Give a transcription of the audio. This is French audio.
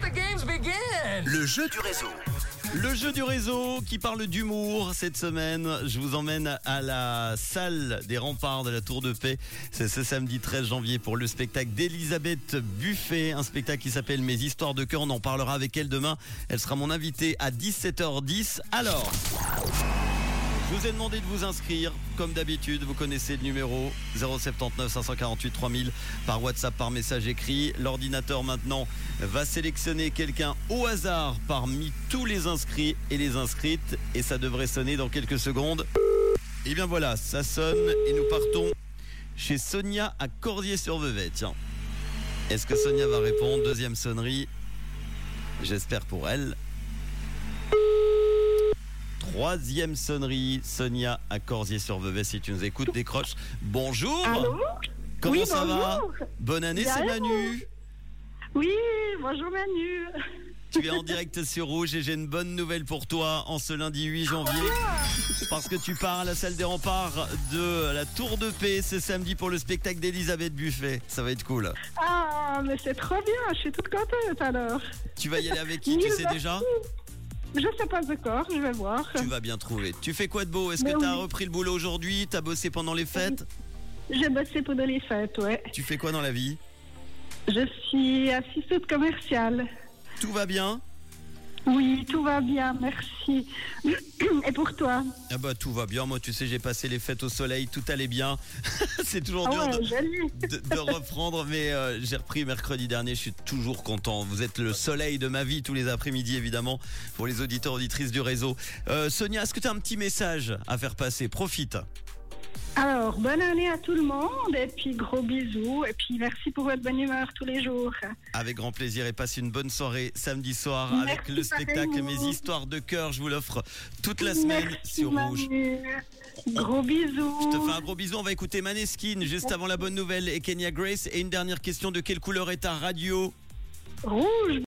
Le jeu du réseau. Le jeu du réseau qui parle d'humour cette semaine. Je vous emmène à la salle des remparts de la Tour de Paix. C'est ce samedi 13 janvier pour le spectacle d'Elisabeth Buffet. Un spectacle qui s'appelle Mes histoires de cœur. On en parlera avec elle demain. Elle sera mon invitée à 17h10. Alors, je vous ai demandé de vous inscrire. Comme d'habitude, vous connaissez le numéro 079 548 3000 par WhatsApp, par message écrit. L'ordinateur maintenant va sélectionner quelqu'un au hasard parmi tous les inscrits et les inscrites. Et ça devrait sonner dans quelques secondes. Et bien voilà, ça sonne et nous partons chez Sonia à Cordier-sur-Vevey. Tiens, est-ce que Sonia va répondre? Deuxième sonnerie, j'espère pour elle. Troisième sonnerie, Sonia à Cordier-sur-Vevey, si tu nous écoutes, décroche. Bonjour. Allô? Comment Oui, ça va? bonjour. Bonne année, Bien, c'est et Manu. Oui, bonjour Manu. Tu es en direct sur Rouge et j'ai une bonne nouvelle pour toi en ce lundi 8 janvier. Parce que tu pars à la salle des remparts de la Tour de Paix ce samedi pour le spectacle d'Elisabeth Buffet. Ça va être cool. Ah, mais c'est trop bien, je suis toute contente alors. Tu vas y aller avec qui? Tu sais déjà? Je sais pas encore, je vais voir. Tu vas bien trouver. Tu fais quoi de beau? Est-ce Mais que tu as oui. repris le boulot aujourd'hui? Tu as bossé pendant les fêtes? J'ai bossé pendant les fêtes, ouais. Tu fais quoi dans la vie? Je suis assistante commerciale. Tout va bien? Oui, tout va bien, merci. Et pour toi? Ah bah tout va bien, moi tu sais j'ai passé les fêtes au soleil, tout allait bien. C'est toujours Ah dur ouais, joli. de reprendre, mais j'ai repris mercredi dernier, je suis toujours content. Vous êtes le soleil de ma vie tous les après-midi évidemment, pour les auditeurs auditrices du réseau. Sonia, est-ce que tu as un petit message à faire passer? Profite. Alors, bonne année à tout le monde et puis gros bisous et puis merci pour votre bonne humeur tous les jours. Avec grand plaisir et passe une bonne soirée samedi soir Merci, avec le spectacle pareillement. Mes histoires de cœur. Je vous l'offre toute la semaine Merci, sur Rouge. Manu. Gros bisous. Je te fais un gros bisou. On va écouter Maneskin juste avant la bonne nouvelle et Kenya Grace. Et une dernière question, de quelle couleur est ta radio? Rouge.